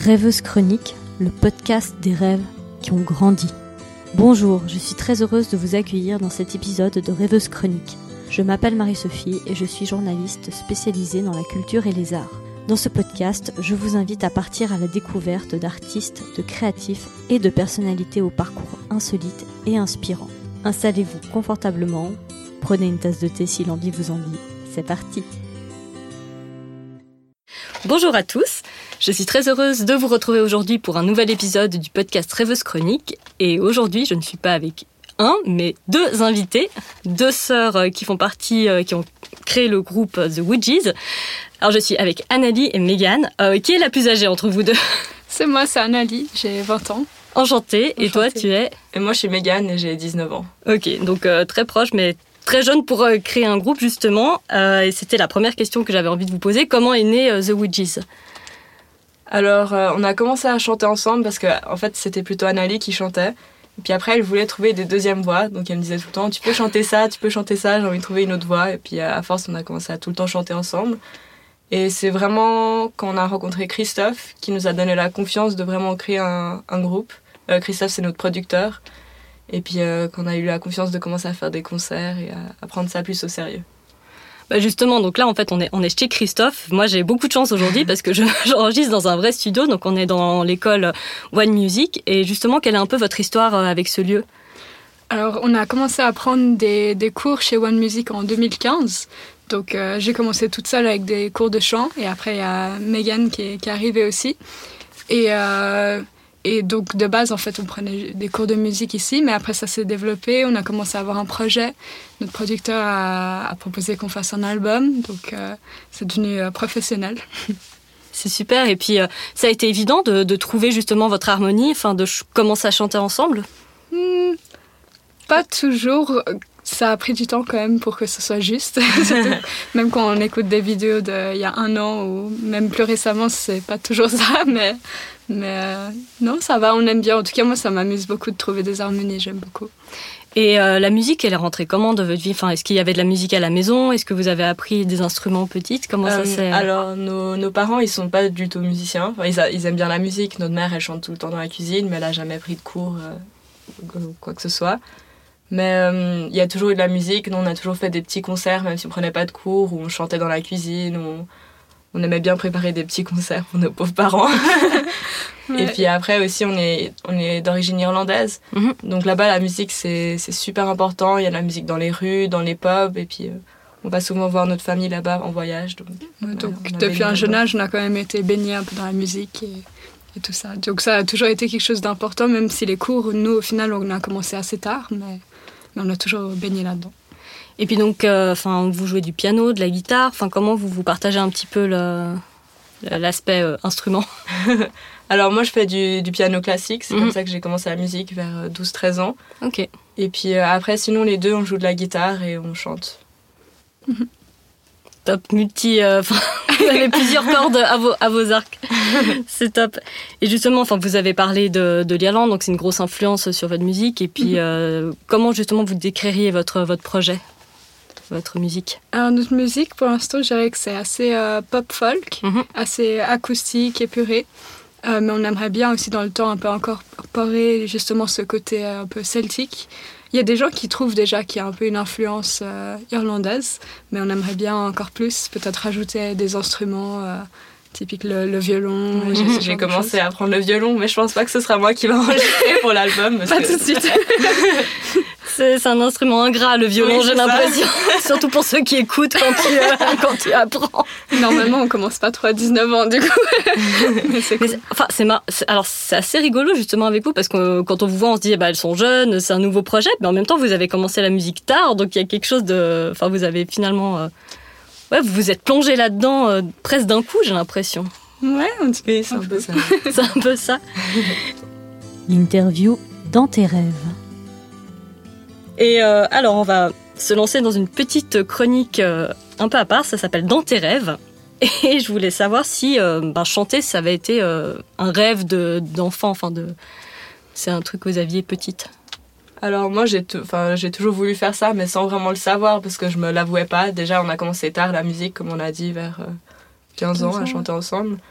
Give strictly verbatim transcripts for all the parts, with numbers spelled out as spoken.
Rêveuse Chronique, le podcast des rêves qui ont grandi. Bonjour, je suis très heureuse de vous accueillir dans cet épisode de Rêveuse Chronique. Je m'appelle Marie-Sophie et je suis journaliste spécialisée dans la culture et les arts. Dans ce podcast, je vous invite à partir à la découverte d'artistes, de créatifs et de personnalités au parcours insolite et inspirant. Installez-vous confortablement, prenez une tasse de thé si l'envie vous en dit. C'est parti! Bonjour à tous, je suis très heureuse de vous retrouver aujourd'hui pour un nouvel épisode du podcast Rêveuse Chronique. Et aujourd'hui, je ne suis pas avec un, mais deux invités, deux sœurs qui font partie, qui ont créé le groupe The Woodgies. Alors je suis avec Annalie et Mégane. Euh, qui est la plus âgée entre vous deux? C'est moi, c'est Annalie, j'ai vingt ans. Enchantée. Et Enchantée. toi, tu es? Et moi, je suis Mégane et j'ai dix-neuf ans. Ok, donc euh, très proche, mais très jeune pour euh, créer un groupe, justement. Euh, et c'était la première question que j'avais envie de vous poser. Comment est né euh, The Woodgies? Alors, euh, on a commencé à chanter ensemble parce que, en fait, c'était plutôt Annalie qui chantait. Et puis après, elle voulait trouver des deuxièmes voix. Donc, elle me disait tout le temps, tu peux chanter ça, tu peux chanter ça, j'ai envie de trouver une autre voix. Et puis, à force, on a commencé à tout le temps chanter ensemble. Et c'est vraiment quand on a rencontré Christophe qui nous a donné la confiance de vraiment créer un, un groupe. Euh, Christophe, c'est notre producteur. Et puis, euh, qu'on a eu la confiance de commencer à faire des concerts et à, à prendre ça plus au sérieux. Bah justement, donc là, en fait, on est, on est chez Christophe. Moi, j'ai beaucoup de chance aujourd'hui parce que je, j'enregistre dans un vrai studio. Donc, on est dans l'école One Music. Et justement, quelle est un peu votre histoire avec ce lieu? Alors, on a commencé à prendre des, des cours chez One Music en deux mille quinze. Donc, euh, j'ai commencé toute seule avec des cours de chant. Et après, il y a Mégane qui est, qui est arrivée aussi. Et... Euh, Et donc, de base, en fait, on prenait des cours de musique ici, mais après, ça s'est développé. On a commencé à avoir un projet. Notre producteur a, a proposé qu'on fasse un album, donc euh, c'est devenu euh, professionnel. C'est super. Et puis, euh, ça a été évident de, de trouver justement votre harmonie, enfin, de ch- commencer à chanter ensemble? Hmm, pas toujours. Ça a pris du temps quand même pour que ce soit juste. Même quand on écoute des vidéos d'il y a un an ou même plus récemment, c'est pas toujours ça, mais... Mais euh, non, ça va, on aime bien. En tout cas, moi, ça m'amuse beaucoup de trouver des harmonies, j'aime beaucoup. Et euh, la musique, elle est rentrée comment dans votre vie? Enfin, est-ce qu'il y avait de la musique à la maison? Est-ce que vous avez appris des instruments petites? Comment Euh, ça s'est... alors, nos, nos parents, ils sont pas du tout musiciens. Enfin, ils, a, ils aiment bien la musique. Notre mère, elle chante tout le temps dans la cuisine, mais elle a jamais pris de cours euh, ou quoi que ce soit. Mais euh, il y a toujours eu de la musique. Nous, on a toujours fait des petits concerts, même si on prenait pas de cours, où on chantait dans la cuisine, où on, on aimait bien préparer des petits concerts pour nos pauvres parents. Ouais. Et puis après aussi, on est, on est d'origine irlandaise. Mm-hmm. Donc là-bas, la musique, c'est, c'est super important. Il y a de la musique dans les rues, dans les pubs. Et puis, euh, on va souvent voir notre famille là-bas en voyage. Donc, ouais, donc ouais, depuis un jeune âge, on a quand même été baigné un peu dans la musique et, et tout ça. Donc ça a toujours été quelque chose d'important, même si les cours, nous, au final, on a commencé assez tard. Mais, mais on a toujours baigné là-dedans. Et puis donc, euh, vous jouez du piano, de la guitare. Comment vous vous partagez un petit peu le, l'aspect euh, instrument? Alors moi, je fais du, du piano classique. C'est mmh. comme ça que j'ai commencé la musique vers douze treize ans. Ok. Et puis euh, après, sinon, les deux, on joue de la guitare et on chante. Mmh. Top, multi... Euh, vous avez plusieurs cordes à vos, à vos arcs. C'est top. Et justement, vous avez parlé de, de l'Irlande, donc c'est une grosse influence sur votre musique. Et puis, mmh. euh, comment justement vous décririez votre, votre projet, votre musique? Alors, notre musique, pour l'instant, je dirais que c'est assez euh, pop-folk, mmh. assez acoustique, épuré. Euh, mais on aimerait bien aussi dans le temps un peu incorporer justement ce côté un peu celtique. Il y a des gens qui trouvent déjà qu'il y a un peu une influence euh, irlandaise, mais on aimerait bien encore plus, peut-être rajouter des instruments euh, typiques, le, le violon. Oui, j'ai, j'ai commencé à apprendre le violon, mais je pense pas que ce sera moi qui va enregistrer pour l'album. Pas que... tout de suite. C'est, c'est un instrument ingrat, le violon, oui, j'ai l'impression. Surtout pour ceux qui écoutent quand tu, euh, quand tu apprends. Normalement, on commence pas trop à dix-neuf ans, du coup. Mais c'est cool. Mais c'est, enfin, c'est, mar- c'est, alors, c'est assez rigolo, justement, avec vous, parce que euh, quand on vous voit, on se dit, bah, elles sont jeunes, c'est un nouveau projet, mais en même temps, vous avez commencé la musique tard, donc il y a quelque chose de... Enfin, vous avez finalement... Euh, ouais, vous vous êtes plongé là-dedans euh, presque d'un coup, j'ai l'impression. Ouais, on dit oui, c'est un peu ça. C'est un peu ça. L'interview dans tes rêves. Et euh, alors, on va se lancer dans une petite chronique euh, un peu à part, ça s'appelle Dans tes rêves. Et je voulais savoir si euh, ben, chanter, ça avait été euh, un rêve de, d'enfant, enfin de... c'est un truc que vous aviez petite. Alors moi, j'ai, t- j'ai toujours voulu faire ça, mais sans vraiment le savoir, parce que je me l'avouais pas. Déjà, on a commencé tard la musique, comme on a dit, vers euh, quinze ans, à chanter ensemble.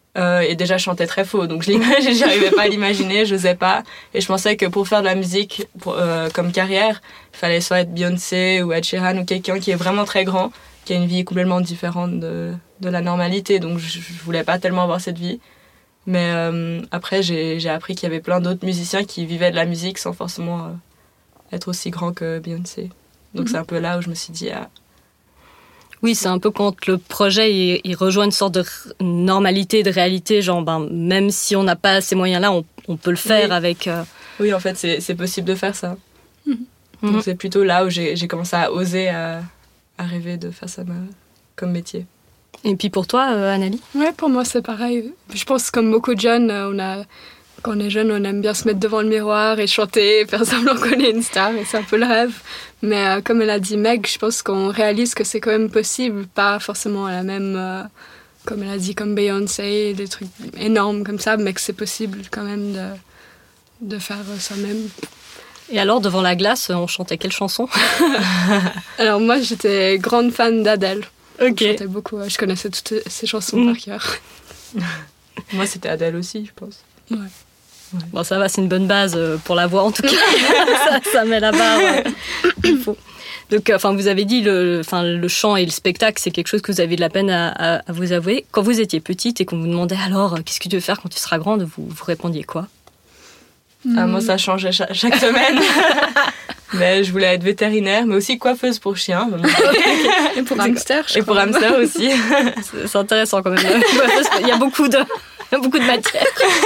Euh, et déjà, je chantais très faux, donc je n'arrivais pas à l'imaginer, je n'osais pas. Et je pensais que pour faire de la musique pour, euh, comme carrière, il fallait soit être Beyoncé ou Ed Sheeran ou quelqu'un qui est vraiment très grand, qui a une vie complètement différente de, de la normalité. Donc je ne voulais pas tellement avoir cette vie. Mais euh, après, j'ai, j'ai appris qu'il y avait plein d'autres musiciens qui vivaient de la musique sans forcément euh, être aussi grands que Beyoncé. Donc mm-hmm. c'est un peu là où je me suis dit... Ah, oui, c'est un peu quand le projet il, il rejoint une sorte de normalité, de réalité, genre ben, même si on n'a pas ces moyens-là, on, on peut le faire oui. avec... Euh... Oui, en fait, c'est, c'est possible de faire ça. Mm-hmm. Donc mm-hmm. c'est plutôt là où j'ai, j'ai commencé à oser, à, à rêver de faire ça comme métier. Et puis pour toi, euh, Annalie ? Ouais, pour moi c'est pareil. Je pense comme beaucoup de jeunes, on a... Quand on est jeune, on aime bien se mettre devant le miroir et chanter, faire semblant qu'on est une star, et c'est un peu le rêve. Mais euh, comme elle a dit Meg, je pense qu'on réalise que c'est quand même possible, pas forcément à la même, euh, comme elle a dit, comme Beyoncé, des trucs énormes comme ça, mais que c'est possible quand même de, de faire ça même. Et alors, devant la glace, on chantait quelle chanson ? Alors moi, j'étais grande fan d'Adèle. Ok. Je chantais beaucoup, je connaissais toutes ses chansons mmh. par cœur. Moi, c'était Adèle aussi, je pense. Ouais. Ouais. Bon, ça va, c'est une bonne base pour la voix, en tout cas. ça, ça met la barre. Ouais. Il faut. Donc, enfin, vous avez dit, le, enfin, le chant et le spectacle, c'est quelque chose que vous avez de la peine à, à, à vous avouer. Quand vous étiez petite et qu'on vous demandait, alors, qu'est-ce que tu veux faire quand tu seras grande, vous, vous répondiez quoi ? mmh. ah, Moi, ça changeait chaque, chaque semaine. Mais je voulais être vétérinaire, mais aussi coiffeuse pour chiens. Et pour hamster, je Et pour hamster aussi. c'est, c'est intéressant quand même. Il y a beaucoup de... beaucoup de matière.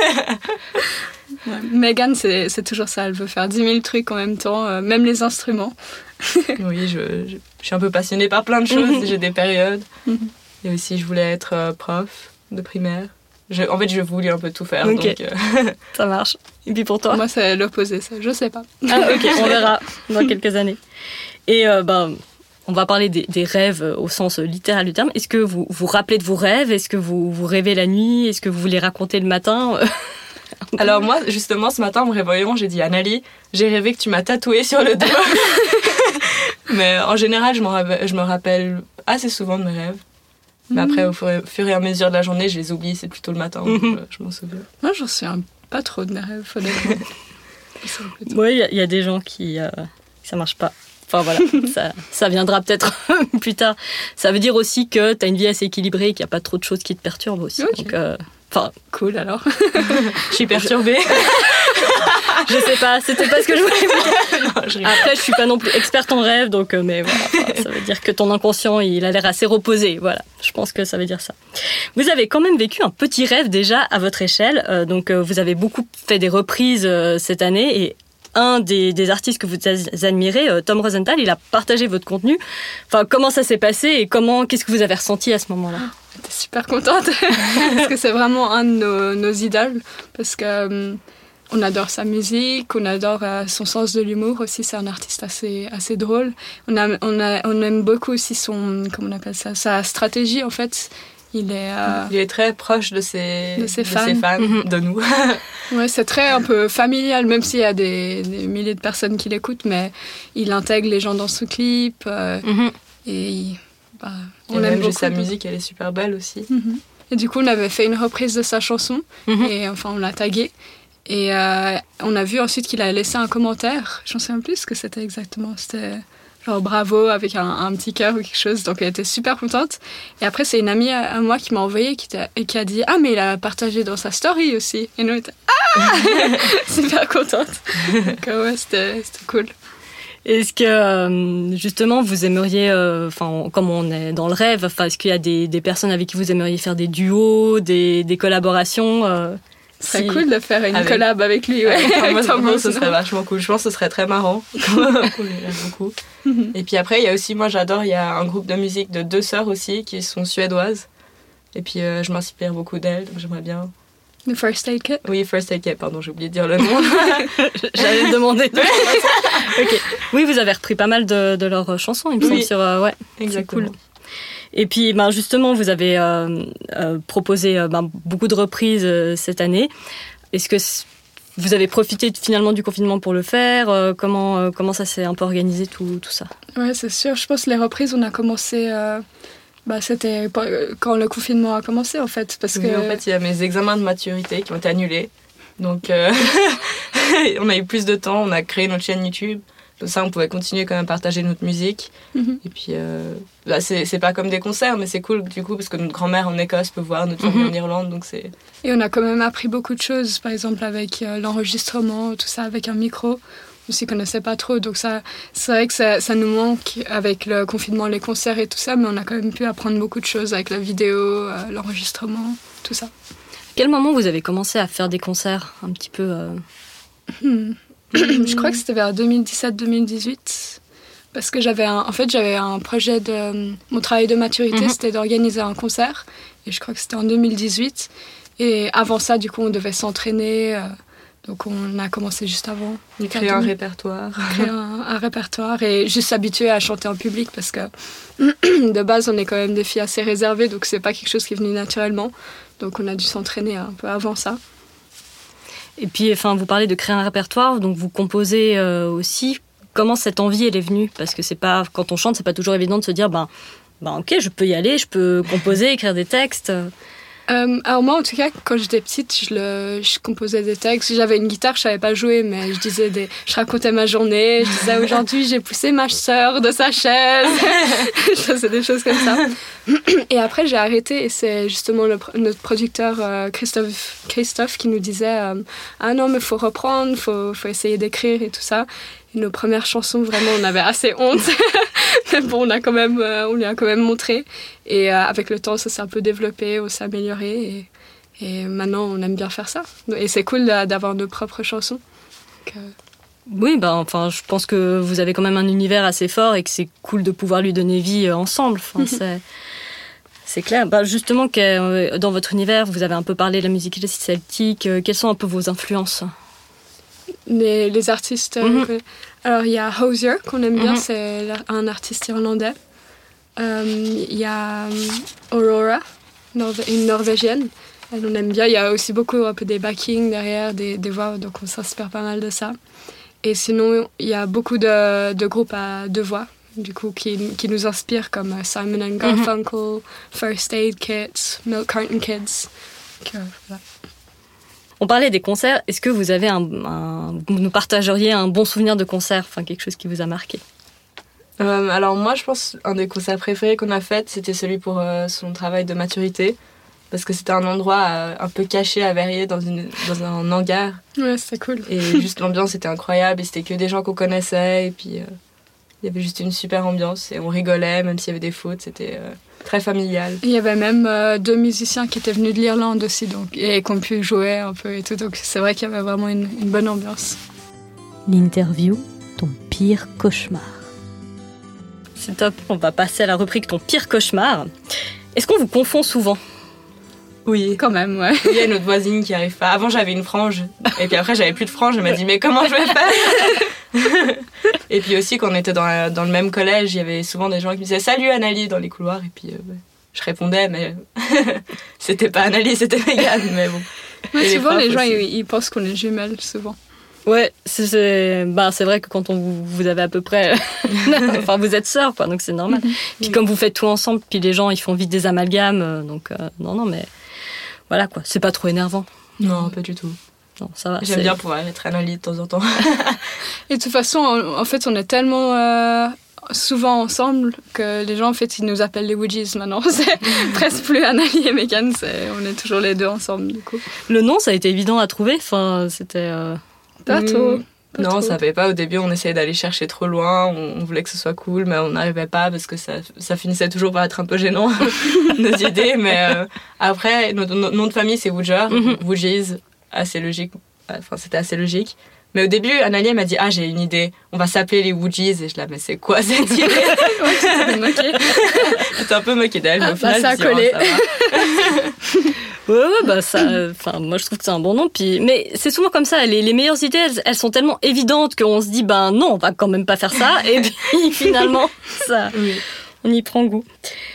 Ouais. Megan, c'est, c'est toujours ça. Elle veut faire dix mille trucs en même temps, euh, même les instruments. Oui, je, je, je suis un peu passionnée par plein de choses. Mm-hmm. J'ai des périodes. Mm-hmm. Et aussi, je voulais être euh, prof de primaire. Je, en fait, je voulais un peu tout faire. Okay. Donc, euh... ça marche. Et puis pour toi ? Moi, c'est l'opposé. Ça. Je sais pas. Ah, ok, on verra dans quelques années. Et euh, ben... On va parler des, des rêves au sens littéral du terme. Est-ce que vous vous rappelez de vos rêves ? Est-ce que vous vous rêvez la nuit ? Est-ce que vous les racontez le matin ? Alors moi, justement, ce matin, en me réveillant, j'ai dit « Annalie, j'ai rêvé que tu m'as tatoué sur le dos. » Mais en général, je, rappelle, je me rappelle assez souvent de mes rêves. Mais après, au fur et, fur et à mesure de la journée, je les oublie. C'est plutôt le matin où je, je m'en souviens. Moi, j'en souviens pas trop de mes rêves, honnêtement. Oui, il y, y a des gens qui... Euh, ça marche pas. Enfin voilà, ça, ça viendra peut-être plus tard. Ça veut dire aussi que tu as une vie assez équilibrée et qu'il n'y a pas trop de choses qui te perturbent aussi. Okay. Donc, euh, enfin, cool alors. Je suis perturbée. Je sais pas, c'était pas ce que je voulais dire. Non, je Après, je suis pas non plus experte en rêve, donc euh, mais voilà, enfin, ça veut dire que ton inconscient, il a l'air assez reposé. Voilà, je pense que ça veut dire ça. Vous avez quand même vécu un petit rêve déjà à votre échelle. Euh, donc, euh, vous avez beaucoup fait des reprises euh, cette année et un des, des artistes que vous admirez, Tom Rosenthal, il a partagé votre contenu. Enfin, comment ça s'est passé et comment, qu'est-ce que vous avez ressenti à ce moment-là ? J'étais super contente parce que c'est vraiment un de nos, nos idoles parce que um, on adore sa musique, on adore uh, son sens de l'humour aussi. C'est un artiste assez assez drôle. On a, on a, on aime beaucoup aussi son, comment on appelle ça, sa stratégie en fait. Il est, euh, il est très proche de ses, de ses de fans, ses fans mm-hmm. de nous. Ouais, c'est très un peu familial, même s'il y a des, des milliers de personnes qui l'écoutent, mais il intègre les gens dans son clip. Euh, mm-hmm. Et il, bah, on et aime même beaucoup. Sa musique, elle est super belle aussi. Mm-hmm. Et du coup, on avait fait une reprise de sa chanson, mm-hmm. et enfin, on l'a tagué. Et euh, on a vu ensuite qu'il a laissé un commentaire. J'en sais un plus ce que c'était exactement. C'était... genre bravo avec un, un petit cœur ou quelque chose, donc elle était super contente. Et après c'est une amie à, à moi qui m'a envoyé qui et qui a dit ah mais il a partagé dans sa story aussi, et nous on était ah super contente. Donc ouais, c'était, c'était cool. Est-ce que euh, justement vous aimeriez, enfin euh, comme on est dans le rêve, est-ce qu'il y a des, des personnes avec qui vous aimeriez faire des duos, des, des collaborations euh, Ce serait si... cool de faire une avec... collab avec lui. Ouais. Enfin, moi, moi, ce serait vachement cool. Je pense que ce serait très marrant. beaucoup. Mm-hmm. Et puis après, il y a aussi, moi j'adore, il y a un groupe de musique de deux sœurs aussi qui sont suédoises. Et puis euh, je m'inspire beaucoup d'elles, donc j'aimerais bien. Le First Aid Kit ? Oui, First Aid Kit, pardon, j'ai oublié de dire le nom. J'allais demander. Okay. Oui, vous avez repris pas mal de, de leurs chansons, il me semble, oui. sur. Euh, ouais, exactement. C'est cool. Et puis, ben, justement, vous avez euh, euh, proposé euh, ben, beaucoup de reprises euh, cette année. Est-ce que c- vous avez profité finalement du confinement pour le faire ? euh, comment, euh, comment ça s'est un peu organisé, tout, tout ça ? Oui, c'est sûr. Je pense que les reprises, on a commencé euh, Bah, c'était quand le confinement a commencé, en fait. Parce oui, que... en fait, il y a mes examens de maturité qui ont été annulés. Donc, euh, on a eu plus de temps, on a créé notre chaîne YouTube. Comme ça, on pouvait continuer quand même à partager notre musique. Mm-hmm. Et puis, euh, bah, c'est, c'est pas comme des concerts, mais c'est cool du coup, parce que notre grand-mère en Écosse peut voir notre famille mm-hmm. en Irlande. Donc c'est... Et on a quand même appris beaucoup de choses, par exemple avec euh, l'enregistrement, tout ça, avec un micro. On s'y connaissait pas trop, donc ça, c'est vrai que ça, ça nous manque avec le confinement, les concerts et tout ça, mais on a quand même pu apprendre beaucoup de choses avec la vidéo, euh, l'enregistrement, tout ça. À quel moment vous avez commencé à faire des concerts un petit peu euh... hmm. Je crois que c'était vers deux mille dix-sept deux mille dix-huit, parce que j'avais un, en fait j'avais un projet de mon travail de maturité, mm-hmm. c'était d'organiser un concert, et je crois que c'était en deux mille dix-huit. Et avant ça, du coup, on devait s'entraîner. Euh, donc on a commencé juste avant. Créer un répertoire. Créer un, un répertoire et juste s'habituer à chanter en public, parce que de base, on est quand même des filles assez réservées, donc c'est pas quelque chose qui est venu naturellement. Donc on a dû s'entraîner un peu avant ça. Et puis, enfin, vous parlez de créer un répertoire, donc vous composez euh, aussi. Comment cette envie, elle est venue ? Parce que c'est pas, quand on chante, c'est pas toujours évident de se dire, ben, ben ok, je peux y aller, je peux composer, écrire des textes. Euh, alors moi, en tout cas, quand j'étais petite, je, le, je composais des textes. J'avais une guitare, je savais pas jouer, mais je disais des, je racontais ma journée. Je disais aujourd'hui, j'ai poussé ma sœur de sa chaise. Je faisais des choses comme ça. Et après, j'ai arrêté, et c'est justement le, notre producteur euh, Christophe, Christophe qui nous disait euh, ah non, mais faut reprendre, faut, faut essayer d'écrire et tout ça. Et nos premières chansons, vraiment, on avait assez honte. Mais bon, on, a quand même, euh, on lui a quand même montré. Et euh, avec le temps, ça s'est un peu développé, on s'est amélioré. Et, et maintenant, on aime bien faire ça. Et c'est cool d'avoir nos propres chansons. Donc, euh... Oui, bah, enfin, je pense que vous avez quand même un univers assez fort et que c'est cool de pouvoir lui donner vie euh, ensemble. Enfin, c'est, c'est clair. Bah, justement, que, euh, dans votre univers, vous avez un peu parlé de la musique celtique. Euh, quelles sont un peu vos influences ? Les, les artistes. Mm-hmm. Euh, alors, il y a Hozier, qu'on aime bien, mm-hmm. c'est un artiste irlandais. Il euh, y a Aurora, Norve- une norvégienne. Elle, on aime bien. Il y a aussi beaucoup un peu des backings derrière, des, des voix, donc on s'inspire pas mal de ça. Et sinon, il y a beaucoup de, de groupes à deux voix, du coup, qui, qui nous inspirent, comme Simon and Garfunkel, mm-hmm. First Aid Kit, Milk Carton Kids. Donc, euh, voilà. On parlait des concerts. Est-ce que vous avez un, un, vous nous partageriez un bon souvenir de concert, enfin quelque chose qui vous a marqué ? euh, Alors moi, je pense un des concerts préférés qu'on a fait, c'était celui pour euh, son travail de maturité, parce que c'était un endroit euh, un peu caché à Verrier, dans, une, dans un hangar. Ouais, c'était cool. Et juste l'ambiance était incroyable, et c'était que des gens qu'on connaissait, et puis euh, il y avait juste une super ambiance, et on rigolait, même s'il y avait des fautes, c'était... Euh, très familial. Il y avait même euh, deux musiciens qui étaient venus de l'Irlande aussi, donc, et qui ont pu jouer un peu et tout. Donc c'est vrai qu'il y avait vraiment une, une bonne ambiance. L'interview, ton pire cauchemar. C'est top, on va passer à la rubrique ton pire cauchemar. Est-ce qu'on vous confond souvent ? Oui. Quand même, ouais. Il y a notre voisine qui arrive pas. Avant, j'avais une frange. Et puis après, j'avais plus de frange. Elle m'a dit, mais comment je vais faire ? Et puis aussi, quand on était dans, la, dans le même collège, il y avait souvent des gens qui me disaient « Salut Annalie » dans les couloirs. Et puis, euh, je répondais, mais c'était pas Annalie, c'était Mégane. Mais bon. Mais souvent, les, les gens, ils, ils pensent qu'on est jumelles, souvent. Ouais, c'est, c'est, bah, c'est vrai que quand on vous, vous avez à peu près... enfin, vous êtes sœurs, quoi, donc c'est normal. Mm-hmm. Puis comme vous faites tout ensemble, puis les gens, ils font vite des amalgames. Donc, euh, non, non, mais... Voilà, quoi. C'est pas trop énervant. Non, pas du tout. Non, ça va. J'aime c'est... bien pouvoir être Annalie de temps en temps. Et de toute façon, en, en fait, on est tellement euh, souvent ensemble que les gens, en fait, ils nous appellent les Woodies maintenant. C'est presque plus Annalie et Mégane, c'est, on est toujours les deux ensemble, du coup. Le nom, ça a été évident à trouver. Enfin, c'était... Euh... Pas mmh. trop. Pas non, trop. Ça savait pas. Au début, on essayait d'aller chercher trop loin. On, on voulait que ce soit cool, mais on n'arrivait pas parce que ça, ça finissait toujours par être un peu gênant, nos idées. Mais euh, après, notre, notre nom de famille, c'est Woodger. Mm-hmm. Woodies, assez logique. Enfin, c'était assez logique. Mais au début, Annalie m'a dit « Ah, j'ai une idée. On va s'appeler les Woodies. » Et je la mais c'est quoi cette idée ? Ouais, tu t'es moquée. J'étais un peu moquée d'elle, mais ah, au final, bah, ça a collé. Oh, ça va. Ouais, ouais, bah ça. Enfin, moi je trouve que c'est un bon nom. Puis, mais c'est souvent comme ça. Les, les meilleures idées, elles, elles sont tellement évidentes qu'on se dit, ben non, on va quand même pas faire ça. Et puis finalement, ça, oui. On y prend goût.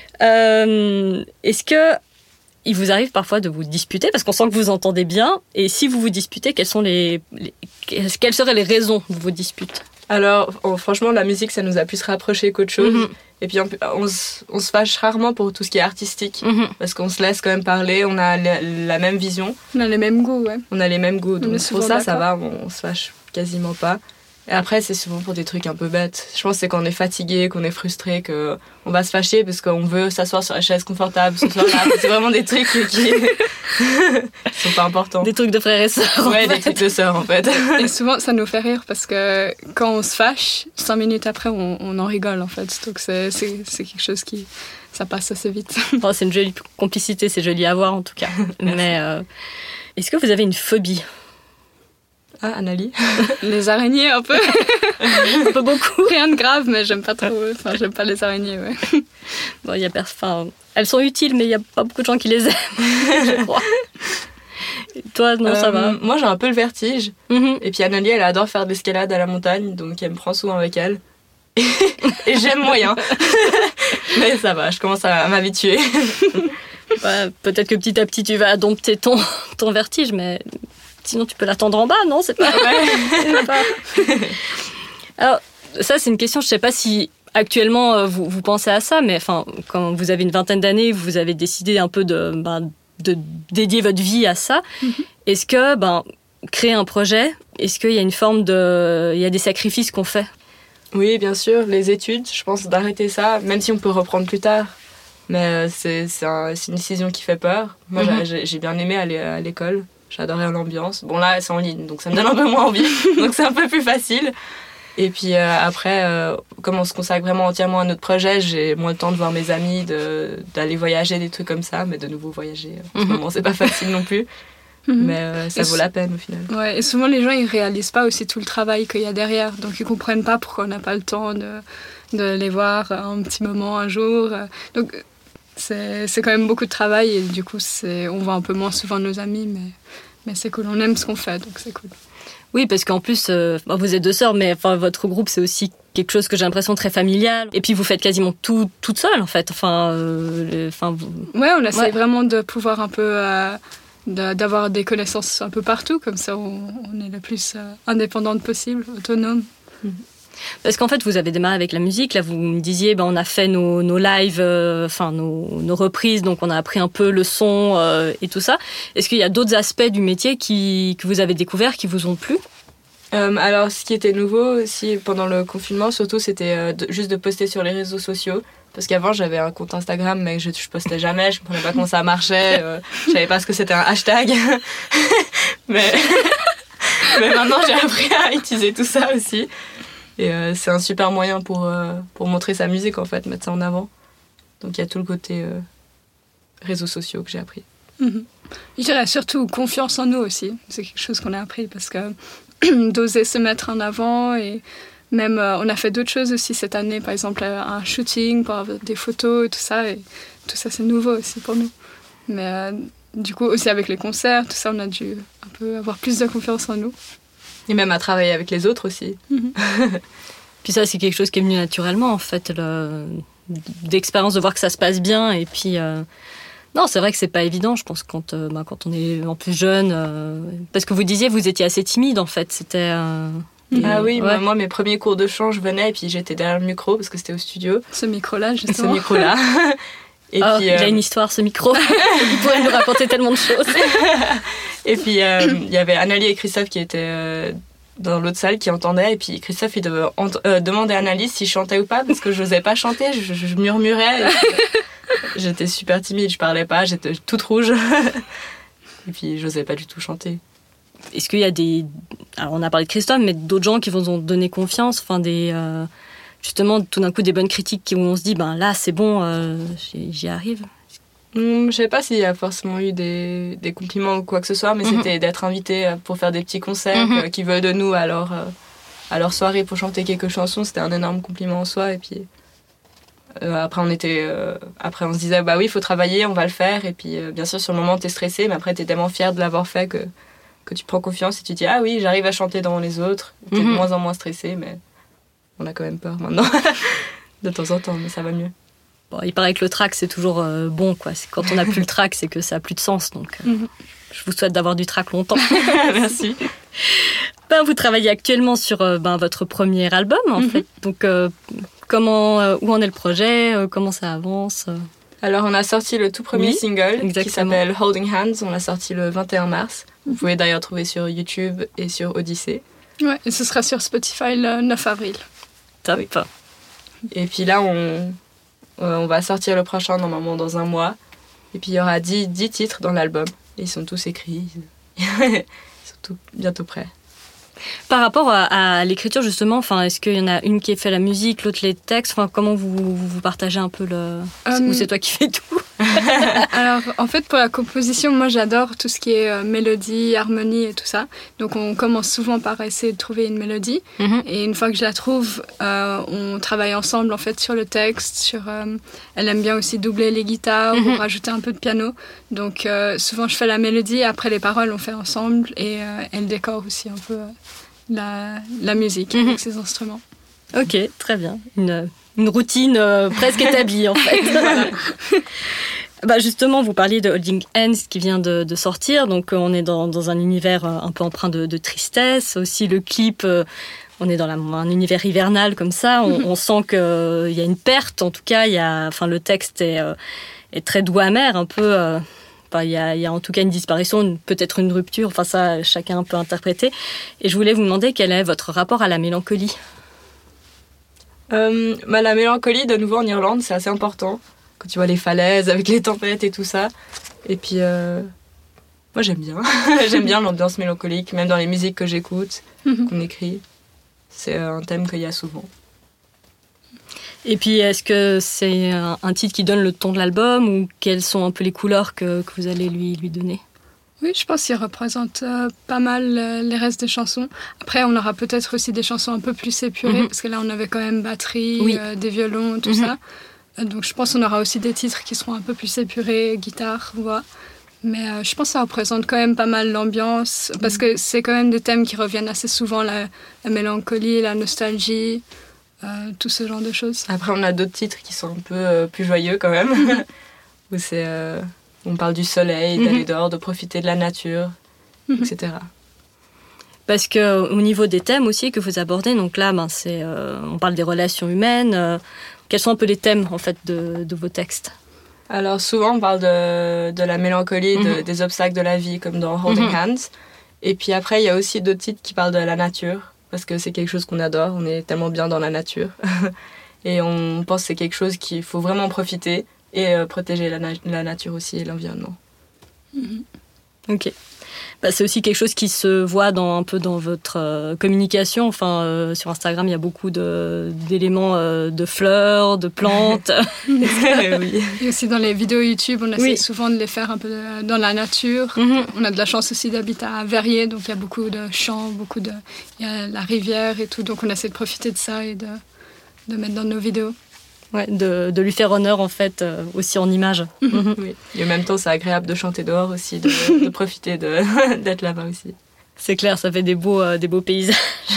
Euh, est-ce que il vous arrive parfois de vous disputer parce qu'on sent que vous entendez bien. Et si vous vous disputez, quelles sont les, les quelles seraient les raisons de vos disputes ? Alors, oh, franchement, la musique, ça nous a plus rapprochés qu'autre chose. Mm-hmm. Et puis, on, on, on se fâche rarement pour tout ce qui est artistique. Mm-hmm. Parce qu'on se laisse quand même parler, on a la, la même vision. On a les mêmes goûts, ouais. On a les mêmes goûts. Donc, pour ça, d'accord. ça va, on, on se fâche quasiment pas. Et après, c'est souvent pour des trucs un peu bêtes. Je pense que c'est quand on est fatigué, qu'on est frustré, qu'on va se fâcher parce qu'on veut s'asseoir sur la chaise confortable ce soir-là. C'est vraiment des trucs qui sont pas importants. Des trucs de frères et sœurs. Ouais, des trucs de sœurs en fait. Et souvent, ça nous fait rire parce que quand on se fâche, cinq minutes après, on, on en rigole en fait. Donc c'est, c'est, c'est quelque chose qui... ça passe assez vite. Oh, c'est une jolie complicité, c'est joli à voir en tout cas. Mais euh, est-ce que vous avez une phobie ? Ah, Annalie. Les araignées, un peu. Un peu beaucoup. Rien de grave, mais j'aime pas trop. Enfin, j'aime pas les araignées, ouais. Bon, y a pers- enfin, elles sont utiles, mais il n'y a pas beaucoup de gens qui les aiment, je crois. Et toi, non, euh, ça va. Moi, j'ai un peu le vertige. Mm-hmm. Et puis Annalie, elle adore faire de l'escalade à la montagne, donc elle me prend souvent avec elle. Et j'aime moyen. Mais ça va, je commence à m'habituer. Ouais, peut-être que petit à petit, tu vas dompter ton, ton vertige, mais... Sinon, tu peux l'attendre en bas, non ? C'est pas... Ouais. pas... Alors, ça, c'est une question, je ne sais pas si actuellement euh, vous, vous pensez à ça, mais enfin, quand vous avez une vingtaine d'années, vous avez décidé un peu de, ben, de dédier votre vie à ça. Mm-hmm. Est-ce que, ben, créer un projet, est-ce qu'il y a une forme de... Il y a des sacrifices qu'on fait ? Oui, bien sûr. Les études, je pense d'arrêter ça, même si on peut reprendre plus tard. Mais c'est, c'est, un, c'est une décision qui fait peur. Moi, mm-hmm. j'ai, j'ai bien aimé aller à l'école. J'adorais l'ambiance. Bon, là, c'est en ligne, donc ça me donne un peu moins envie. Donc, c'est un peu plus facile. Et puis, euh, après, euh, comme on se consacre vraiment entièrement à notre projet, j'ai moins le temps de voir mes amis, de, d'aller voyager, des trucs comme ça. Mais de nouveau, voyager, en ce moment, c'est pas facile non plus. Mm-hmm. Mais euh, ça et vaut la peine, au final. Ouais, et souvent, les gens, ils réalisent pas aussi tout le travail qu'il y a derrière. Donc, ils comprennent pas pourquoi on n'a pas le temps de, de les voir un petit moment, un jour. Donc, c'est, c'est quand même beaucoup de travail. Et du coup, c'est, on voit un peu moins souvent nos amis, mais... Mais c'est cool, on aime ce qu'on fait, donc c'est cool. Oui, parce qu'en plus, euh, vous êtes deux sœurs, mais enfin, votre groupe, c'est aussi quelque chose que j'ai l'impression très familial. Et puis, vous faiêtes quasiment tout toute seule, en fait. Enfin, euh, enfin, vous... Ouais, on essaie ouais. vraiment de pouvoir un peu... Euh, de, d'avoir des connaissances un peu partout, comme ça, on, on est le plus euh, indépendante possible, autonome. Mm-hmm. Parce qu'en fait, vous avez démarré avec la musique. Là, vous me disiez, ben, on a fait nos, nos lives, enfin euh, nos, nos reprises, donc on a appris un peu le son euh, et tout ça. Est-ce qu'il y a d'autres aspects du métier qui, que vous avez découverts, qui vous ont plu ? euh, Alors, ce qui était nouveau aussi pendant le confinement, surtout, c'était euh, de, juste de poster sur les réseaux sociaux. Parce qu'avant, j'avais un compte Instagram, mais je, je postais jamais. Je ne comprenais pas comment ça marchait. Euh, je savais pas ce que c'était un hashtag. mais, mais maintenant, j'ai appris à utiliser tout ça aussi. Et euh, c'est un super moyen pour, euh, pour montrer sa musique, en fait, mettre ça en avant. Donc il y a tout le côté euh, réseaux sociaux que j'ai appris. Mm-hmm. Je dirais surtout confiance en nous aussi. C'est quelque chose qu'on a appris parce que d'oser se mettre en avant. Et même, euh, on a fait d'autres choses aussi cette année, par exemple un shooting pour avoir des photos et tout ça. Et tout ça, c'est nouveau aussi pour nous. Mais euh, du coup, aussi avec les concerts, tout ça, on a dû un peu avoir plus de confiance en nous. Et même à travailler avec les autres aussi. Mm-hmm. Puis ça, c'est quelque chose qui est venu naturellement, en fait, le... d'expérience, de voir que ça se passe bien. Et puis, euh... non, c'est vrai que c'est pas évident, je pense, quand, euh, bah, quand on est en plus jeune. Euh... Parce que vous disiez, vous étiez assez timide, en fait. C'était... Euh... Et... Ah oui, ouais. moi, mes premiers cours de chant, je venais et puis j'étais derrière le micro parce que c'était au studio. Ce micro-là, justement. Ce micro-là. Et oh, puis, il euh... a une histoire, ce micro. Il pourrait nous raconter tellement de choses. Et puis, il euh, y avait Annalie et Christophe qui étaient euh, dans l'autre salle, qui entendaient. Et puis, Christophe, il devait ent- euh, demander à Annalie si je chantais ou pas, parce que je n'osais pas chanter, je, je murmurais. Et puis, j'étais super timide, je parlais pas, j'étais toute rouge. Et puis, je n'osais pas du tout chanter. Est-ce qu'il y a des... Alors, on a parlé de Christophe, mais d'autres gens qui vous ont donné confiance, enfin, des... Euh... Justement, tout d'un coup, des bonnes critiques où on se dit, ben là, c'est bon, euh, j'y, j'y arrive. Mmh, je sais pas s'il y a forcément eu des, des compliments ou quoi que ce soit, mais mmh. c'était d'être invité pour faire des petits concerts, mmh. euh, qui veulent de nous à leur, euh, à leur soirée pour chanter quelques chansons. C'était un énorme compliment en soi. Et puis euh, après, on était, euh, après, on se disait, bah oui, il faut travailler, on va le faire. Et puis, euh, bien sûr, sur le moment, t'es stressé, mais après, t'es tellement fier de l'avoir fait que, que tu prends confiance et tu te dis, ah oui, j'arrive à chanter devant les autres. T'es mmh. de moins en moins stressé, mais on a quand même peur maintenant, de temps en temps, mais ça va mieux. Bon, il paraît que le trac, c'est toujours euh, bon, quoi. C'est quand on n'a plus le trac, c'est que ça n'a plus de sens. Donc, euh, mm-hmm. je vous souhaite d'avoir du trac longtemps. Merci. Ben, vous travaillez actuellement sur euh, ben, votre premier album, en mm-hmm. fait. Donc, euh, comment, euh, où en est le projet euh, Comment ça avance euh Alors, on a sorti le tout premier oui, single exactement. qui s'appelle Holding Hands. On l'a sorti le vingt et un mars. Vous pouvez d'ailleurs trouver sur YouTube et sur Odyssey. Ouais, et ce sera sur Spotify le neuf avril. Top. Oui. Et puis là, on, euh, on va sortir le prochain normalement dans un mois. Et puis il y aura dix, dix titres dans l'album. Et ils sont tous écrits. Ils sont tous bientôt prêts. Par rapport à, à l'écriture, justement, enfin, est-ce qu'il y en a une qui fait la musique, l'autre les textes enfin, comment vous, vous, vous partagez un peu le... Um... Ou c'est toi qui fais tout? Alors, en fait, pour la composition, moi, j'adore tout ce qui est euh, mélodie, harmonie et tout ça. Donc, on commence souvent par essayer de trouver une mélodie. Mm-hmm. Et une fois que je la trouve, euh, on travaille ensemble, en fait, sur le texte. Sur, euh, elle aime bien aussi doubler les guitares mm-hmm. ou rajouter un peu de piano. Donc, euh, souvent, je fais la mélodie. Et après, les paroles, on fait ensemble. Et euh, elle décore aussi un peu... Euh, La, la musique mmh. avec ses instruments. Ok, très bien. Une, une routine euh, presque établie en fait. Bah justement, vous parliez de Holding Hands qui vient de, de sortir, donc euh, on est dans, dans un univers euh, un peu empreint de, de tristesse. Aussi le clip, euh, on est dans la, un univers hivernal comme ça. On, mmh. on sent qu'il euh, y a une perte, en tout cas. Il y a, enfin, le texte est, euh, est très doux amer, un peu... Euh, Enfin, il y a, il y a en tout cas une disparition, une, peut-être une rupture, enfin ça, chacun peut interpréter. Et je voulais vous demander quel est votre rapport à la mélancolie. euh, bah, La mélancolie, de nouveau en Irlande, c'est assez important. Quand tu vois les falaises avec les tempêtes et tout ça. Et puis, euh, moi j'aime bien. J'aime bien l'ambiance mélancolique, même dans les musiques que j'écoute, mm-hmm. qu'on écrit. C'est un thème qu'il y a souvent. Et puis, est-ce que c'est un, un titre qui donne le ton de l'album ou quelles sont un peu les couleurs que, que vous allez lui, lui donner? Oui, je pense qu'il représente euh, pas mal euh, les restes des chansons. Après, on aura peut-être aussi des chansons un peu plus épurées, mm-hmm. parce que là, on avait quand même batterie, oui. euh, des violons, tout mm-hmm. ça. Euh, donc, je pense qu'on aura aussi des titres qui seront un peu plus épurés, guitare, voix. Mais euh, je pense que ça représente quand même pas mal l'ambiance, parce que c'est quand même des thèmes qui reviennent assez souvent, la, la mélancolie, la nostalgie... Euh, tout ce genre de choses. Après, on a d'autres titres qui sont un peu euh, plus joyeux quand même, mm-hmm. où c'est, euh, on parle du soleil, mm-hmm. d'aller dehors, de profiter de la nature, mm-hmm. et cetera. Parce qu'au niveau des thèmes aussi que vous abordez, donc là, ben, c'est, euh, on parle des relations humaines. Euh, quels sont un peu les thèmes en fait de, de vos textes? Alors souvent, on parle de, de la mélancolie, mm-hmm. de, des obstacles de la vie, comme dans Holding mm-hmm. Hands. Et puis après, il y a aussi d'autres titres qui parlent de la nature. Parce que c'est quelque chose qu'on adore, on est tellement bien dans la nature. Et on pense que c'est quelque chose qu'il faut vraiment profiter et euh, protéger la, na- la nature aussi et l'environnement. Mm-hmm. Ok. Bah, c'est aussi quelque chose qui se voit dans, un peu dans votre euh, communication. Enfin, euh, sur Instagram, il y a beaucoup de, d'éléments euh, de fleurs, de plantes. Oui. Et aussi dans les vidéos YouTube, on essaie oui. souvent de les faire un peu dans la nature. Mm-hmm. On a de la chance aussi d'habiter à Verrier, donc il y a beaucoup de champs, beaucoup de, il y a la rivière et tout. Donc on essaie de profiter de ça et de, de mettre dans nos vidéos. Ouais, de, de lui faire honneur en fait euh, aussi en images. Mm-hmm. Oui. Et en même temps, c'est agréable de chanter dehors aussi, de, de profiter de, d'être là-bas aussi. C'est clair, ça fait des beaux, euh, des beaux paysages.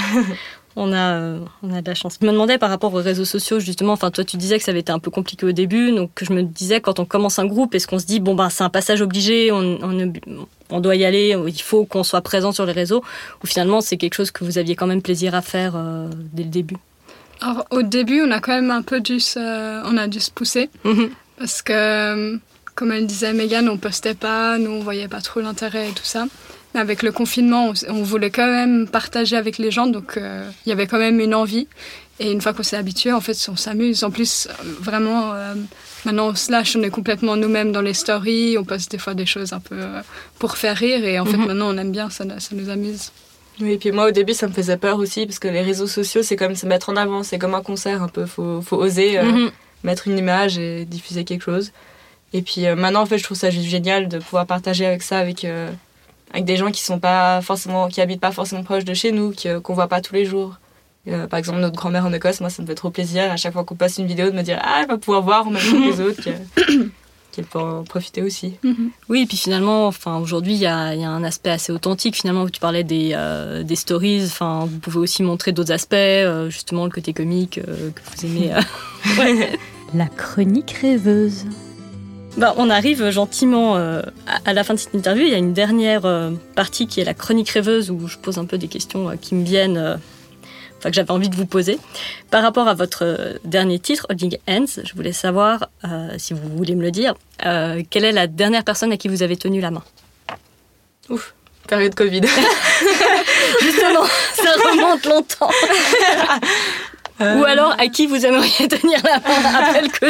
on, a, euh, on a de la chance. Je me demandais par rapport aux réseaux sociaux justement, enfin toi tu disais que ça avait été un peu compliqué au début, donc je me disais quand on commence un groupe, est-ce qu'on se dit bon ben c'est un passage obligé, on, on, on doit y aller, il faut qu'on soit présent sur les réseaux, ou finalement c'est quelque chose que vous aviez quand même plaisir à faire euh, dès le début? Alors, au début, on a quand même un peu dû se, on a dû se pousser. Mm-hmm. Parce que, comme elle disait Megan, on postait pas, nous, on voyait pas trop l'intérêt et tout ça. Mais avec le confinement, on, on voulait quand même partager avec les gens. Donc, il euh, y avait quand même une envie. Et une fois qu'on s'est habitué, en fait, on s'amuse. En plus, vraiment, euh, maintenant, on se lâche, on est complètement nous-mêmes dans les stories. On poste des fois des choses un peu euh, pour faire rire. Et en mm-hmm. fait, maintenant, on aime bien, ça, ça nous amuse. Oui, et puis moi au début ça me faisait peur aussi parce que les réseaux sociaux c'est comme se mettre en avant, c'est comme un concert un peu, faut, faut oser euh, mm-hmm. mettre une image et diffuser quelque chose. Et puis euh, maintenant en fait je trouve ça juste génial de pouvoir partager avec ça avec, euh, avec des gens qui sont pas forcément, qui habitent pas forcément proches de chez nous, qui, euh, qu'on voit pas tous les jours. Euh, par exemple notre grand-mère en Écosse, moi ça me fait trop plaisir à chaque fois qu'on passe une vidéo de me dire ah elle va pouvoir voir en même temps que les autres. Que... qu'elle peut en profiter aussi. Mm-hmm. Oui, et puis finalement, enfin, aujourd'hui, il y a, y a un aspect assez authentique. Finalement, tu parlais des, euh, des stories. Enfin, vous pouvez aussi montrer d'autres aspects, euh, justement le côté comique euh, que vous aimez. Euh. Ouais. La chronique rêveuse. Bah, on arrive gentiment euh, à la fin de cette interview. Il y a une dernière euh, partie qui est la chronique rêveuse où je pose un peu des questions euh, qui me viennent, euh, enfin que j'avais envie de vous poser. Par rapport à votre euh, dernier titre, Holding Hands, je voulais savoir, euh, si vous voulez me le dire, euh, quelle est la dernière personne à qui vous avez tenu la main ? Ouf, période Covid. Justement, ça remonte longtemps. Euh... Ou alors, à qui vous aimeriez tenir la main après le Covid ?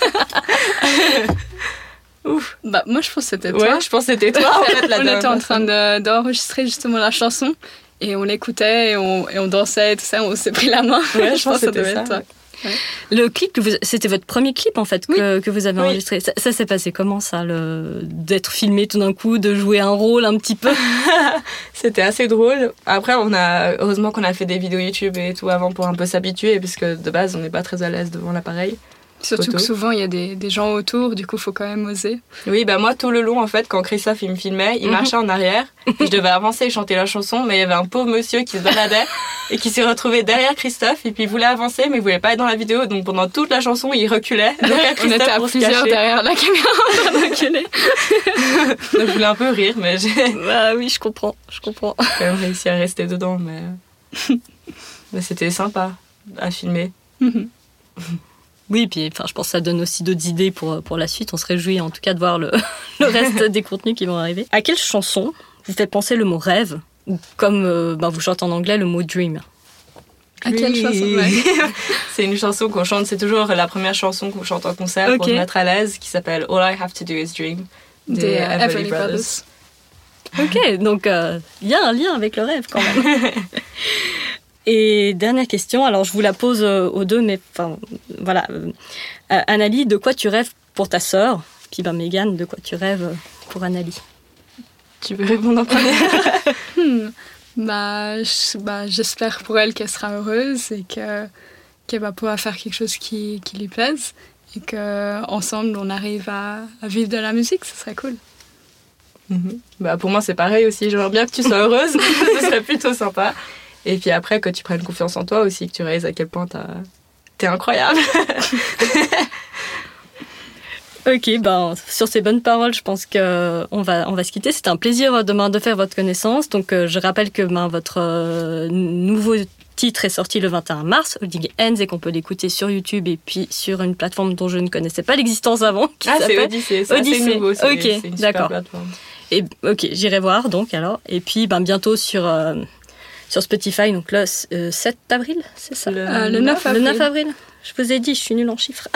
Ouf. Bah, moi, je pense que c'était toi. Ouais, je pense que c'était toi. En fait, la on était en train de, d'enregistrer justement la chanson et on l'écoutait et on, et on dansait et tout ça. On s'est pris la main. Ouais, je, je pense que ça devait être toi. Ouais. Le clip, que vous, c'était votre premier clip en fait que, oui. que vous avez oui. enregistré. Ça, ça s'est passé comment ça, le, d'être filmé tout d'un coup, de jouer un rôle un petit peu? C'était assez drôle. Après, on a heureusement qu'on a fait des vidéos YouTube et tout avant pour un peu s'habituer, parce que de base, on n'est pas très à l'aise devant l'appareil. Surtout photo. Que souvent, il y a des, des gens autour, du coup, il faut quand même oser. Oui, bah moi, tout le long, en fait, quand Christophe il me filmait, il mm-hmm. marchait en arrière, et je devais avancer et chanter la chanson, mais il y avait un pauvre monsieur qui se baladait et qui s'est retrouvé derrière Christophe, et puis il voulait avancer, mais il voulait pas être dans la vidéo, donc pendant toute la chanson, il reculait. Donc, on était à plusieurs derrière la caméra en train de reculer. Donc je voulais un peu rire, mais j'ai... Bah oui, je comprends, je comprends. J'ai quand même réussi à rester dedans, mais, mais c'était sympa à filmer. Mm-hmm. Oui, puis enfin, je pense que ça donne aussi d'autres idées pour, pour la suite. On se réjouit en tout cas de voir le, le reste des contenus qui vont arriver. À quelle chanson vous faites penser le mot rêve, ou comme euh, ben, vous chantez en anglais, le mot dream? À quelle oui. chanson ouais. C'est une chanson qu'on chante, c'est toujours la première chanson qu'on chante en concert okay. pour se mettre à l'aise, qui s'appelle All I Have to Do Is Dream, des, des uh, Everly Brothers. Brothers. Ok, donc il euh, y a un lien avec le rêve quand même. Et dernière question, alors je vous la pose euh, aux deux, mais enfin voilà. Euh, Annalie, de quoi tu rêves pour ta sœur? Puis ben Mégane, de quoi tu rêves pour Annalie? Tu veux répondre en premier? hmm. bah, je, bah, j'espère pour elle qu'elle sera heureuse et que, qu'elle va pouvoir faire quelque chose qui, qui lui plaise et qu'ensemble on arrive à, à vivre de la musique, ce serait cool. Mm-hmm. Bah, pour moi c'est pareil aussi, j'aimerais bien que tu sois heureuse, ce serait plutôt sympa. Et puis après, que tu prennes confiance en toi aussi, que tu réalises à quel point t'as... t'es incroyable. Ok, ben, sur ces bonnes paroles, je pense qu'on va, on va se quitter. C'était un plaisir demain de faire votre connaissance. Donc, euh, je rappelle que ben, votre euh, nouveau titre est sorti le vingt et un mars, Holding Hands, et qu'on peut l'écouter sur YouTube et puis sur une plateforme dont je ne connaissais pas l'existence avant. Qui ah, s'appelle c'est Odyssée. Ça, Odyssée. C'est nouveau. C'est, ok, c'est une d'accord. super plateforme. Et, ok, j'irai voir donc alors. Et puis, ben, bientôt sur... Euh, sur Spotify, donc le euh, sept avril, c'est ça le, euh, le neuf avril. Le neuf avril. Je vous ai dit, je suis nulle en chiffres.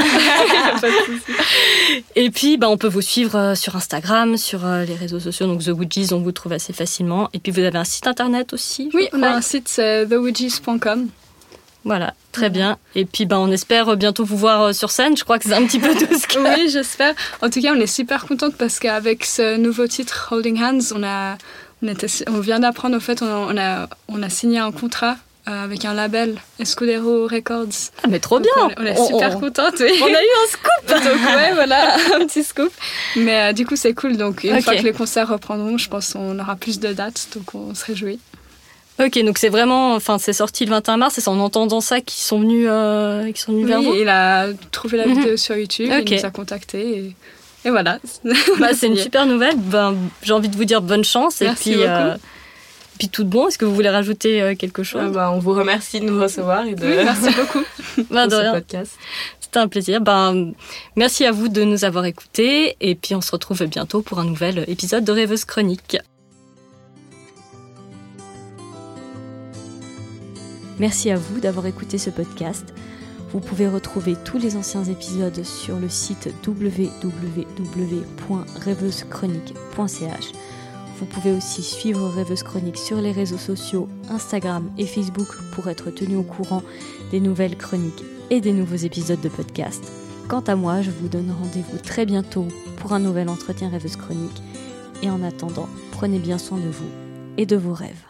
Et puis, bah, on peut vous suivre sur Instagram, sur euh, les réseaux sociaux, donc The Woodgies, on vous trouve assez facilement. Et puis, vous avez un site internet aussi? Oui, on a un site, c'est the woodgies point com. Voilà, très bien. Et puis, bah, on espère bientôt vous voir sur scène. Je crois que c'est un petit peu tout ce que... Oui, j'espère. En tout cas, on est super contente parce qu'avec ce nouveau titre, Holding Hands, on a... On, était, on vient d'apprendre, au fait, on a, on a signé un contrat euh, avec un label, Escudero Records. Ah, mais trop donc bien! On, on est super on, contente, oui. On a eu un scoop! Donc, ouais, voilà, un petit scoop. Mais euh, du coup, c'est cool. Donc, une okay. fois que les concerts reprendront, je pense qu'on aura plus de dates, donc on se réjouit. Ok, donc c'est vraiment, enfin, c'est sorti le vingt et un mars, et c'est en entendant ça qu'ils sont venus, euh, qu'ils sont venus oui, vers vous? Il a trouvé la vidéo mm-hmm. sur YouTube, okay. il nous a contactés et... Et voilà. Bah, c'est une super nouvelle. Ben, j'ai envie de vous dire bonne chance. Merci et puis, beaucoup. Euh, puis tout de bon. Est-ce que vous voulez rajouter euh, quelque chose? ah bah, On vous remercie de nous recevoir et de oui, merci beaucoup ben, de ce rien. podcast. C'était un plaisir. Ben, merci à vous de nous avoir écoutés. Et puis on se retrouve bientôt pour un nouvel épisode de Rêveuse Chronique. Merci à vous d'avoir écouté ce podcast. Vous pouvez retrouver tous les anciens épisodes sur le site w w w point rêveuse chronique point c h. Vous pouvez aussi suivre Rêveuse Chronique sur les réseaux sociaux Instagram et Facebook pour être tenu au courant des nouvelles chroniques et des nouveaux épisodes de podcast. Quant à moi, je vous donne rendez-vous très bientôt pour un nouvel entretien Rêveuse Chronique. Et en attendant, prenez bien soin de vous et de vos rêves.